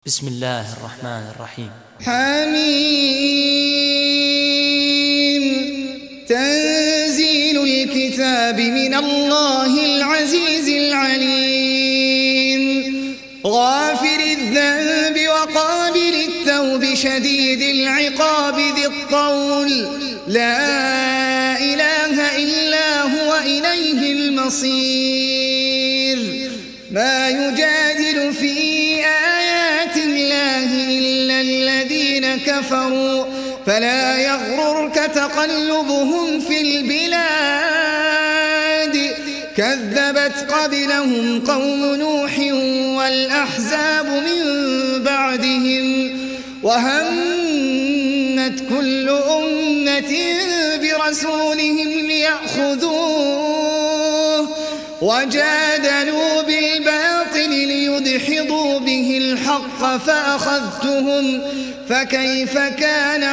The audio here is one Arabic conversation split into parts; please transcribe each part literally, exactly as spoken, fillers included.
بسم الله الرحمن الرحيم. حميم تنزيل الكتاب من الله العزيز العليم غافر الذنب وقابل التوب شديد العقاب ذي الطول لا إله إلا هو إليه المصير. ما يجادل في آيات الله إلا الذين كفروا فلا يغررك تقلبهم في البلاد. كذبت قبلهم قوم نوح والأحزاب من بعدهم وهمت كل أمة برسولهم ليأخذوه وجادلوا بالباطل ليدحضوا به الحق فأخذتهم فكيف كان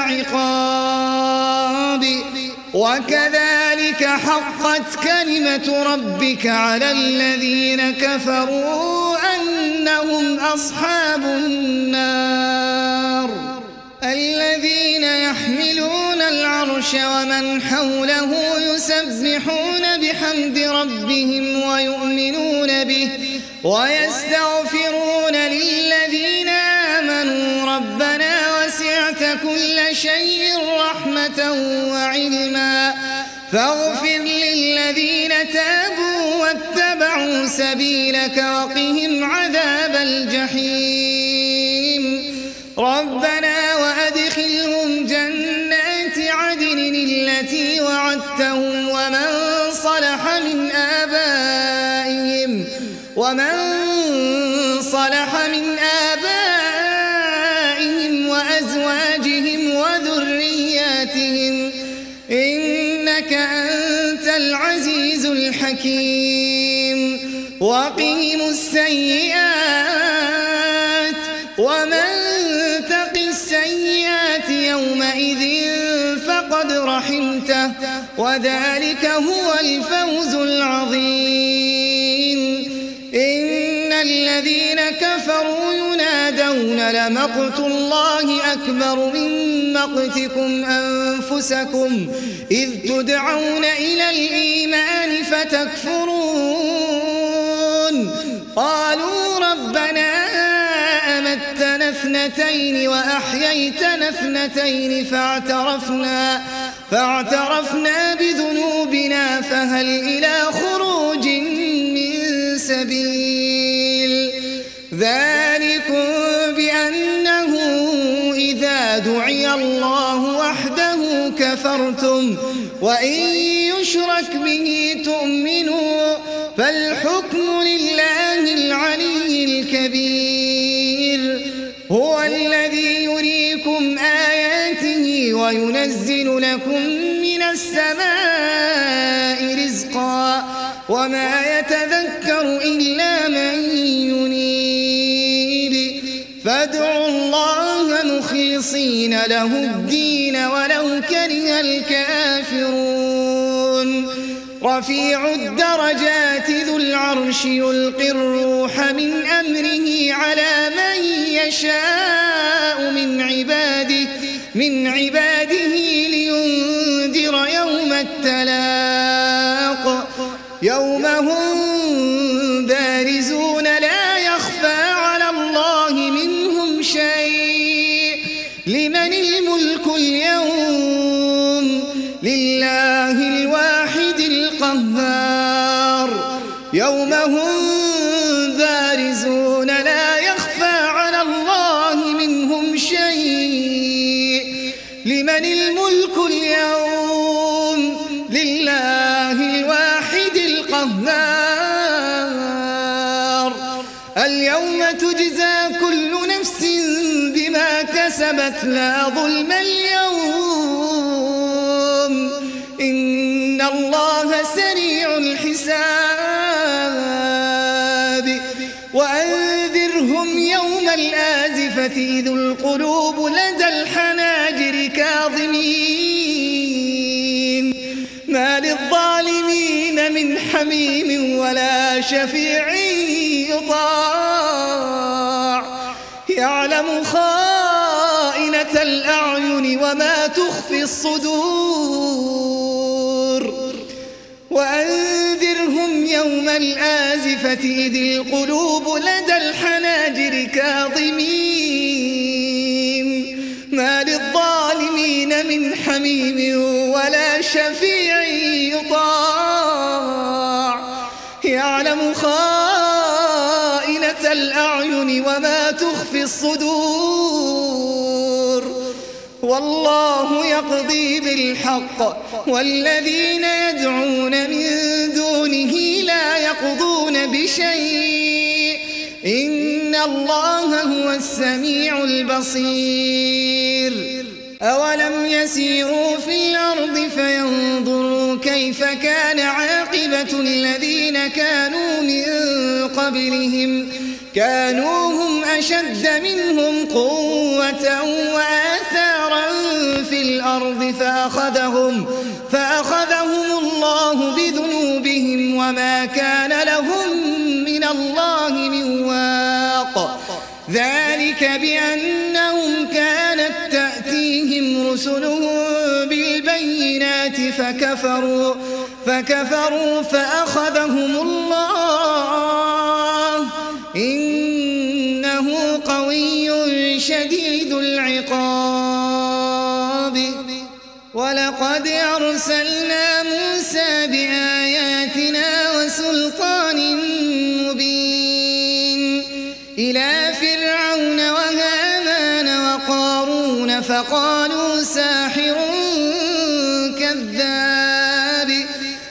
عقابي. وكذلك حقت كلمة ربك على الذين كفروا أنهم أصحاب النار. الذين يحملون العرش ومن حوله يسبحون بحمد ربهم ويؤمنون به ويستغفرون للذين آمنوا ربنا وسعت كل شيء رحمة وعلما فاغفر للذين تابوا واتبعوا سبيلك وقهم عذاب الجحيم. ربنا وأدخلهم جنات عدن التي وعدتهم ومن صلح من آبائهم ومن صلح من آبائهم وأزواجهم وذرياتهم إنك أنت العزيز الحكيم. وقهم السيئات ومن تق السيئات يومئذ فقد رحمته وذلك هو الفوز العظيم. إن الذين كفروا ينادون لمقت الله أكبر من مقتكم أنفسكم إذ تدعون إلى الإيمان فتكفرون. قالوا ربنا أمتنا اثنتين وأحييتنا اثنتين فاعترفنا, فاعترفنا بذنوبنا فهل إلى خروج من سبيل. ذلكم بأنه إذا دعي الله وحده كفرتم وإن يشرك به تؤمنوا فالحكم لله العلي الكبير. هو الذي يريكم آياته وينزل لكم من السماء رزقا وما يتذكر إلا من ينيب. فادعوا الله مخلصين له الدين ولو كره الكافرون. رفيع الدرجات ذو العرش يلقي الروح من أمره على من يشاء من عباده من عباده لينذر يوم التلاق يوم هم بارزون لا يخفى على الله منهم شيء. لمن الملك اليوم لله الواحد القهار. يوم هم بارزون لا يخفى على الله منهم شيء. لمن الملك اليوم لله الواحد القهار. اليوم تجزى كل نفس بما كسبت لا ظلم اليوم إن الله سريع الحساب. وأنذرهم يوم الآزفة إذ القلوب لدى الحناجر كاظمين ما للظالمين من حميم ولا شفيع يطاع يعلم خائنة الأعين وما تخفي الصدور وأنذرهم يوم الآزفة إذ القلوب لدى الحناجر كاظمين ما للظالمين من حميم ولا شفيع يطاع يعلم خائنة الأعين وما تخفي الصدور والله يقضي بالحق والذين يدعون من دونه لا يقضون بشيء إن الله هو السميع البصير أولم يسيروا في الأرض فينظروا كيف كان عاقبة الذين كانوا من قبلهم كانوا هم أشد منهم قوة وآثارا في الأرض فأخذهم, فأخذهم الله بذنوبهم وما كان لهم من الله من واق ذلك بأنهم كانت تأتيهم رسلهم بالبينات فكفروا, فكفروا فأخذهم الله إنه قوي شديد العقاب ولقد أرسلنا موسى بآياتنا وسلطان مبين إلى فرعون وهامان وقارون فقالوا ساحر كذاب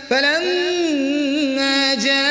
فلما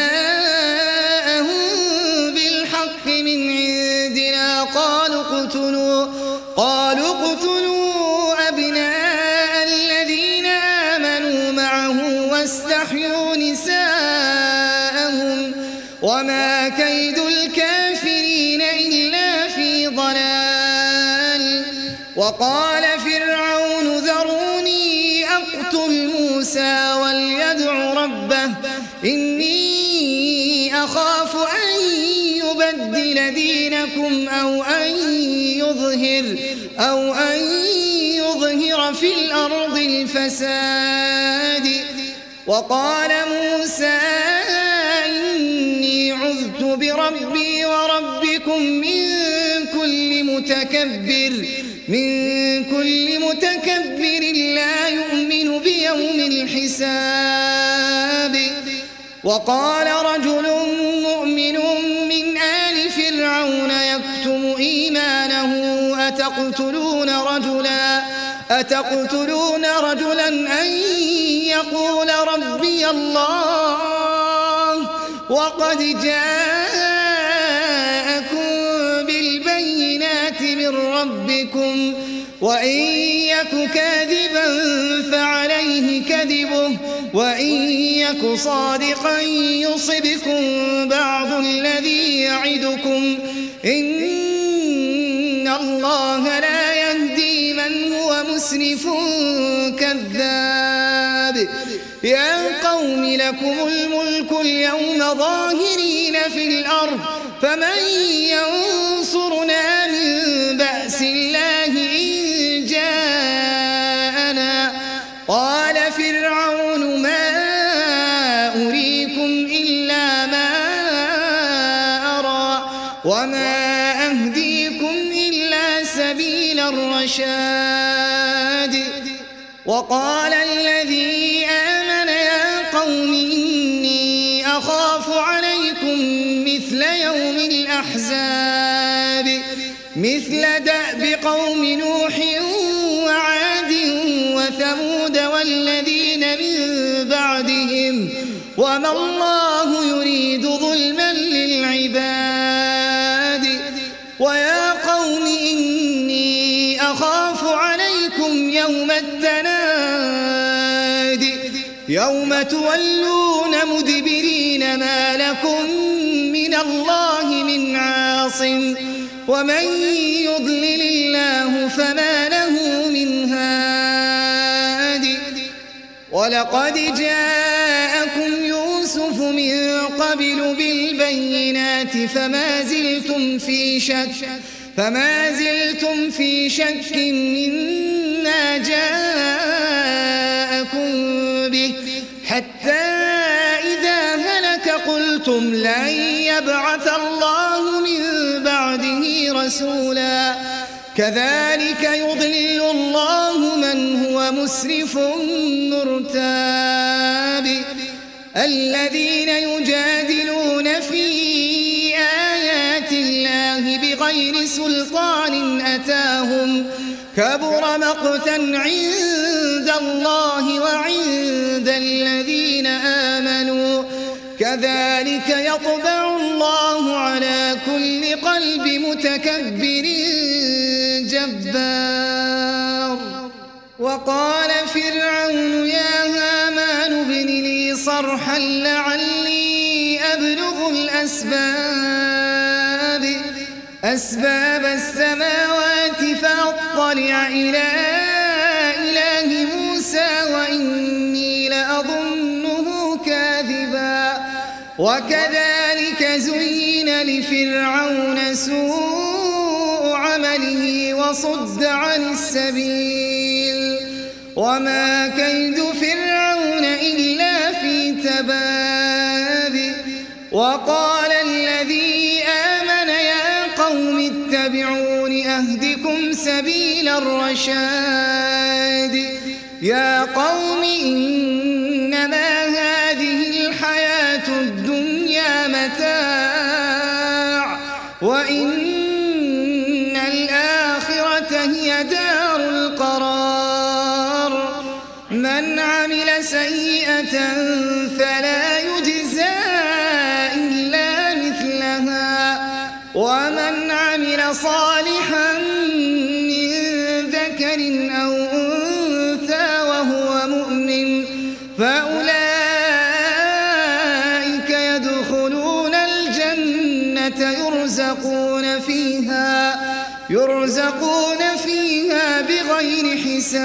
جاءهم بالحق من عندنا قالوا اقتلوا قالوا اقتلوا أبناء الذين آمنوا معه واستحيوا نساءهم وما كيد الكافرين إلا في ضلال وقال فرعون ذروني أقتل موسى وليدع ربه إني أخاف أن يبدل دينكم أو أن يظهر أو أن يظهر في الأرض الفساد وقال موسى إني عذت بربي وربكم من كل متكبر من كل متكبر لا يؤمن بيوم الحساب وقال رجل مؤمن من آل فرعون يكتم إيمانه أتقتلون رجلا أتقتلون رجلا أن يقول ربي الله وقد جاءكم بالبينات من ربكم وإن يك كاذبا فعليه كذبه وإن يك صادقا يصبكم بعض الذي يعدكم إن الله لا يهدي من هو مسرف كذاب يا قوم لكم الملك اليوم ظاهرين في الأرض فمن ينصرنا من بأس الله إن جاءنا قال فرعون ما أريكم إلا ما أرى وما أهديكم إلا سبيل الرشاد وقال الذي آمن يا قوم إني أخاف عليكم مثل يوم الأحزاب مثل دأب قوم نوح وعاد وثمود والذين من بعدهم وما الله يريد ظلما للعباد ويا قوم إني أخاف عليكم يوم التناد يوم تولون مدبرين ما لكم من الله من عاصم ومن يضلل الله فما له من هاد ولقد جاءكم يوسف من قبل بالبينات فما زلتم في شك فما زلتم في شك مما جاءكم به حتى إذا هلك قلتم لن يبعث الله من بعده رسولا كذلك يضل الله من هو مسرف مرتاب الذين يجادلون في آيات الله بغير سلطان أتاهم كبر مقتا عند الله وعند الذين آمنوا كذلك يطبع الله على كل قلب متكبر جبار وقال فرعون يا هامان ابن لي صرحا لعلي أبلغ الأسباب أسباب السماوات فأطلع إلى إله موسى وإني لأظنه كاذبا وكذلك زين لفرعون سوء عمله وصد عن السبيل وما كيد فرعون إلا في تباب وقال الذي آمن يا قوم اتبعون أهدكم سبيل الرشاد يا قوم إنما هذه الحياة الدنيا متاع وإن الآخرة هي دار القرار من عمل سيئة فلا يجزى إلا مثلها ومن عمل صالحا من ذكر أو أنثى وهو مؤمن فأولئك يدخلون الجنة يرزقون فيها يرزقون فيها بغير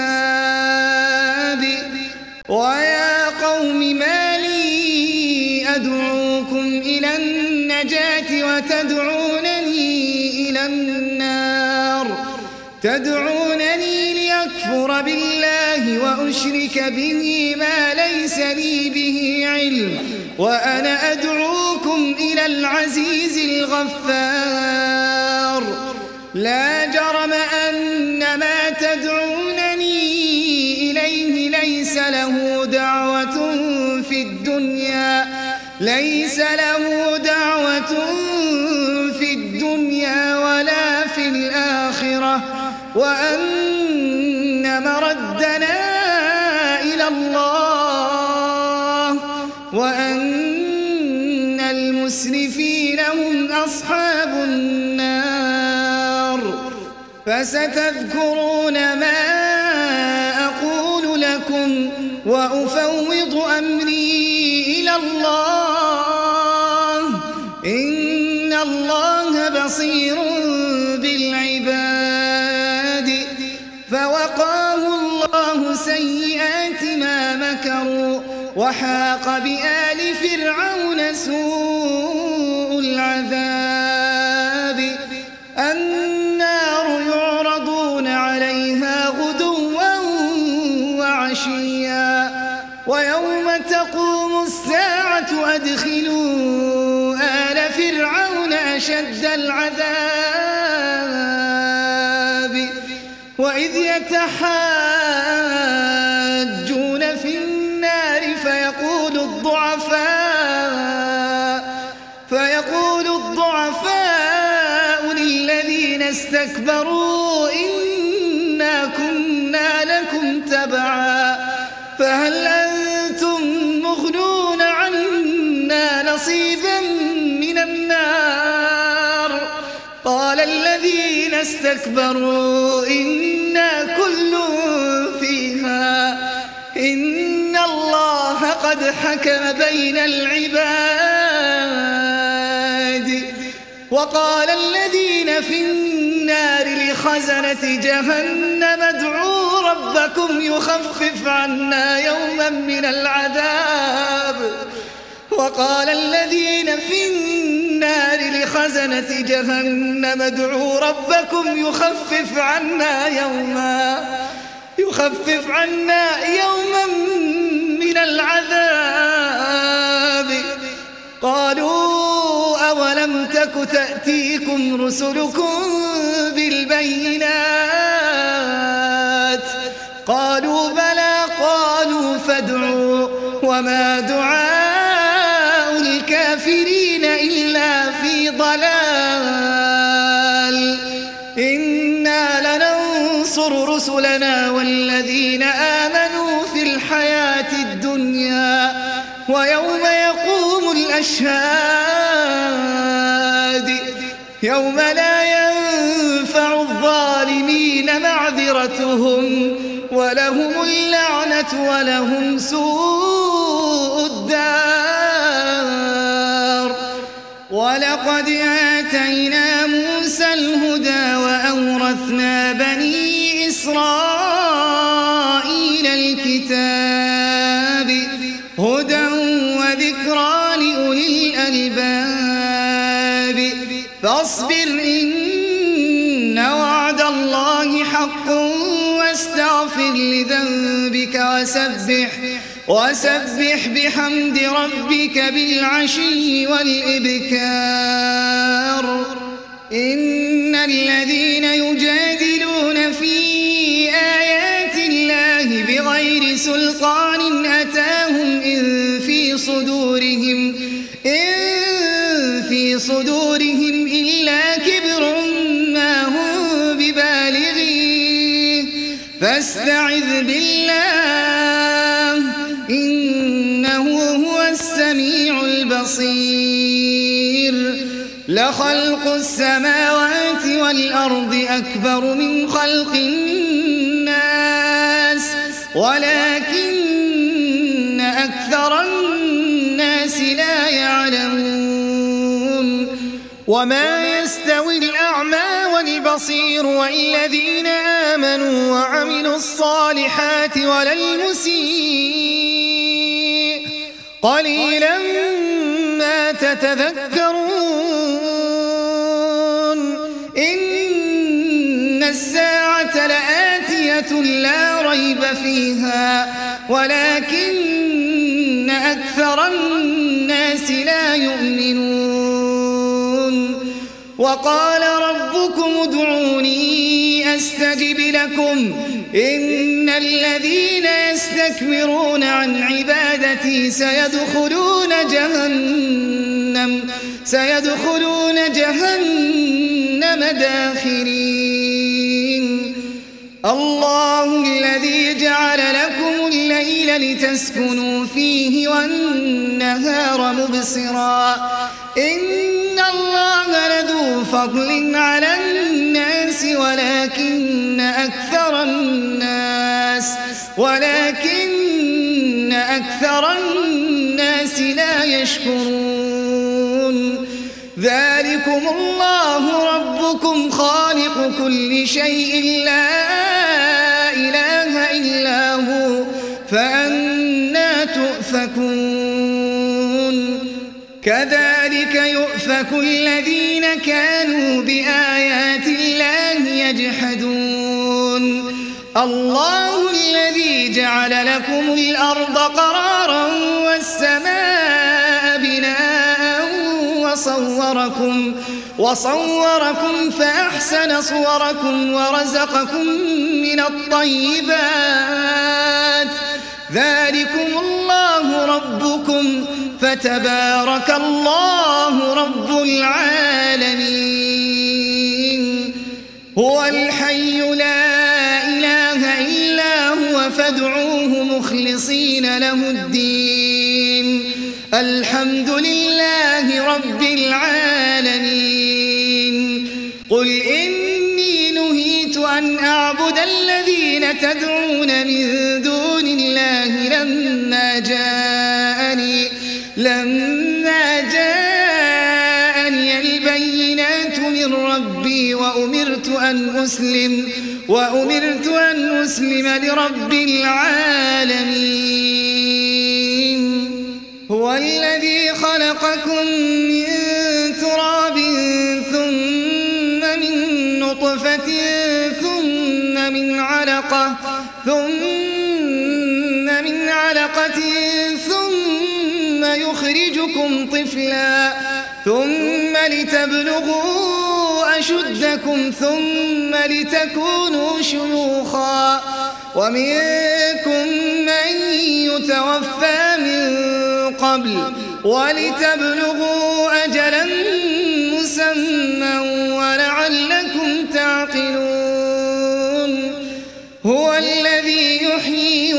حساب ويا قوم ما لي أدعوكم إلى النجاة وتدعونني إلى النار تدعونني ليكفر بالله وأشرك به ما ليس لي به علم وأنا أدعوكم إلى العزيز الغفار لا جرم أن ما تدعونني إليه ليس له دعوة في الدنيا ليس له دعوة في الدنيا ولا في الآخرة وأن مردنا إلى الله وأن المسرفين هم أصحاب النار فستذكرون ما أقول لكم وأفوض أمري إلى الله إن الله بصير بالعباد فوقاه الله سيئات ما مكروا وحاق بآل فرعون سوء العذاب النار يعرضون عليها غدوا وعشيا ويوم تقوم الساعة أدخلوا آل فرعون أشد العذاب وإذ يتحاجون في النار فيقول الضعفاء فيقول الضعفاء للذين استكبروا إنا كنا لكم تبعا فهل أنتم مغنون عنا نصيبا من النار قال الذين استكبروا إنا كل فيها إن الله قد حكم بين العباد وقال الذين في النار لخزنة جهنم ادعوا ربكم يخفف عنا يوما من العذاب وقال الذين في النار لخزنة جهنم ادعوا ربكم يخفف عنا يوما يخفف عنا يوما من العذاب. قالوا أولم تك تأتيكم رسلكم بالبينات قالوا بلى قالوا فادعوا وما دعاء الكافرين إلا في ضلال. إنا لننصر رسلنا والذين آمنوا في الحياة الدنيا ويوم يقوم الأشهاد يوم لا ينفع الظالمين معذرتهم ولهم اللعنة ولهم سوء الدار. ولقد آتينا موسى الهدى وأورثنا بني إسرائيل الكتاب هدى وذكرى لأولي الألباب. فاصبر إن وعد الله حق واستغفر لذنبك وسبح وسبح بحمد ربك بالعشي والإبكار. إن الذين يجادلون في آيات الله بغير سلطان أتاهم إن في صدورهم إن في صدورهم إلا كبر ما هم ببالغيه فاستعذ بالله إنه هو السميع البصير. لخلق السماوات والأرض أكبر من خلق الناس ولكن أكثر الناس لا يعلمون. وما يستوي الأعمى والبصير والذين آمنوا وعملوا الصالحات ولا المسيء قليلا ما تتذكرون. إن الساعة لآتية لا ريب فيها ولكن أكثر الناس لا يؤمنون. وقال ربكم ادعوني أستجب لكم إن الذين يستكبرون عن عبادتي سيدخلون جهنم سيدخلون جهنم داخرين. الله الذي جعل لكم الليل لتسكنوا فيه والنهار مبصرا إن الله لذو فضل على الناس ولكن أكثر الناس ولكن أكثر الناس لا يشكرون. ذلكم الله ربكم خالق كل شيء لا إله إلا هو فأنى تؤفكون. كذلك يؤفك الذين كانوا بآيات الله يجحدون. الله الذي جعل لكم الأرض قرارا والسماء بناء وصوركم وصوركم فأحسن صوركم ورزقكم من الطيبات. ذلكم الله ربكم فتبارك الله رب العالمين. هو الحي لا إله إلا هو فادعوه مخلصين له الدين الحمد لله رب العالمين. قل إني نهيت أن أعبد الذين تدعون من دون الله لما جاءني لما جاءني البينات من ربي وأمرت أن أسلم وأمرت أن أسلم لرب العالمين. هو الذي خلقكم من تراب ثم من نطفة ثم من علقة ثم من علقة ثم يخرجكم طفلا ثم لتبلغوا أشدكم ثم لتكونوا شيوخا ومنكم من يتوفى من قبل ولتبلغوا أجلا مسمى ولعلكم تعقلون هو الذي يحيي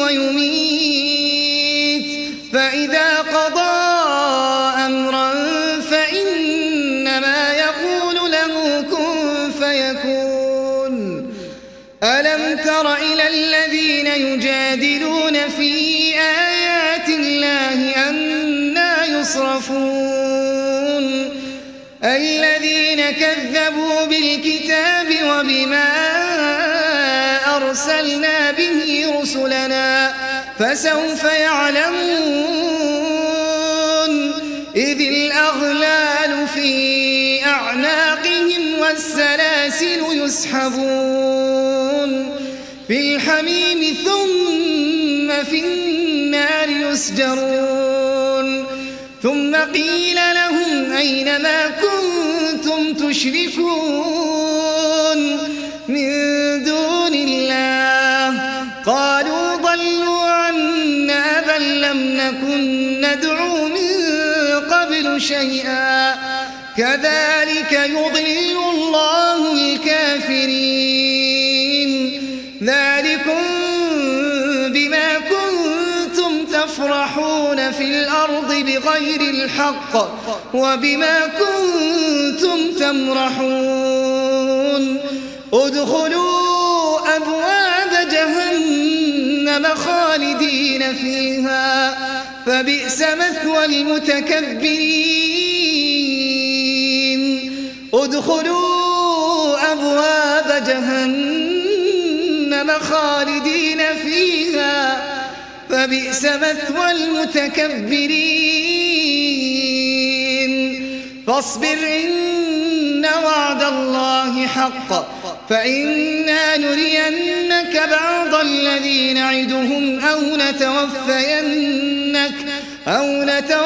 ويميت فإذا قضى أمرا فإنما يقول له كن فيكون ألم تر إلى الذين يجادلون في آيات الله أنى يصرفون الذين كذبوا بالكتاب وبما أرسلنا به رسلنا فسوف يعلمون إذ الأغلال في أعناقهم والسلاسل يسحبون في الحميم ثم في النار يسجرون ثم قيل لهم أين ما كنتم تشركون من دون الله قالوا ضلوا عنا بل لم نكن ندعو من قبل شيئا كذلك يضل الله الكافرين ذلكم بما كنتم تفرحون في الأرض بغير الحق وبما كنتم تمرحون ادخلوا أبواب جهنم خالدين فيها فبئس مثوى المتكبرين ادخلوا أبواب جهنم خالدين فيها فبئس مثوى المتكبرين فاصبر إن وعد الله حق فإنا نرينك بعض الذي نعدهم أو نتوفينك أو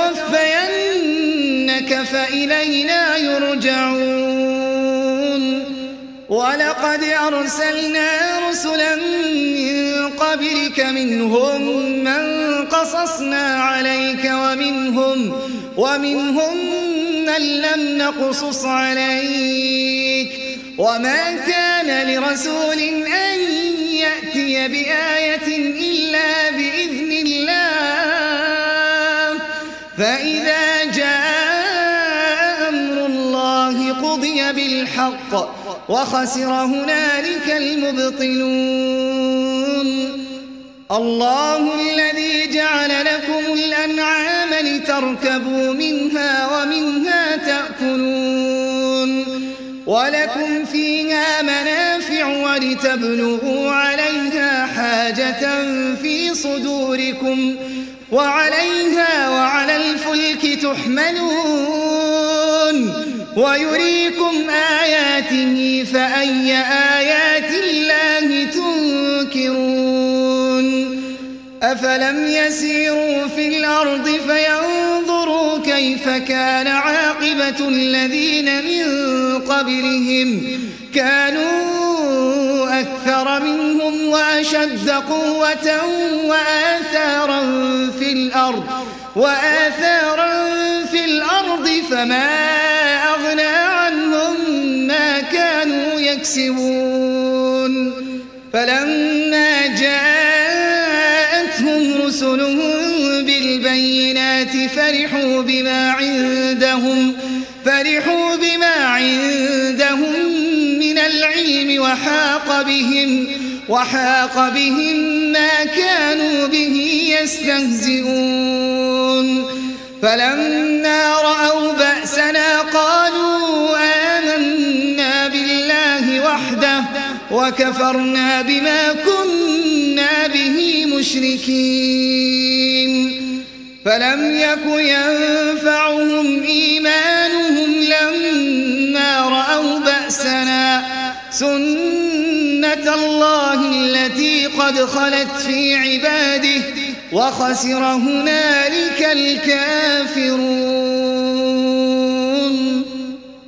نتوفينك فإلينا يرجعون ولقد أرسلنا رسلا من قبلك منهم من قصصنا عليك ومنهم ومنهم من لم نقصص عليك وما كان لرسول أن يأتي بآية إلا بإذن الله فإذا جاء أمر الله قضي بالحق وخسر هنالك المبطلون الله الذي جعل لكم الأنعام لتركبوا منها ومنها تأكلون ولكم فيها منافع ولتبلغوا عليها حاجة في صدوركم وعليها وعلى الفلك تحملون ويريكم آياته فأي آيات الله تنكرون أفلم يسيروا في الأرض فينظروا كيف كان عاقبة الذين من قبلهم كانوا أكثر منهم وأشد قوة وآثارا في الأرض وآثارا في الأرض فما أغنى عنهم ما كانوا يكسبون فلما جاءتهم رسلهم بالبينات فرحوا بما عندهم فرحوا بما عندهم من العلم وحاق بهم وحاق بهم ما كانوا به يستهزئون فلما رأوا بأسنا قالوا آمنا بالله وحده وكفرنا بما كنا به مشركين فلم يك ينفعهم إيمانهم لما رأوا بأسنا سنة الله التي قد خلت في عباده وخسر هنالك الكافرون.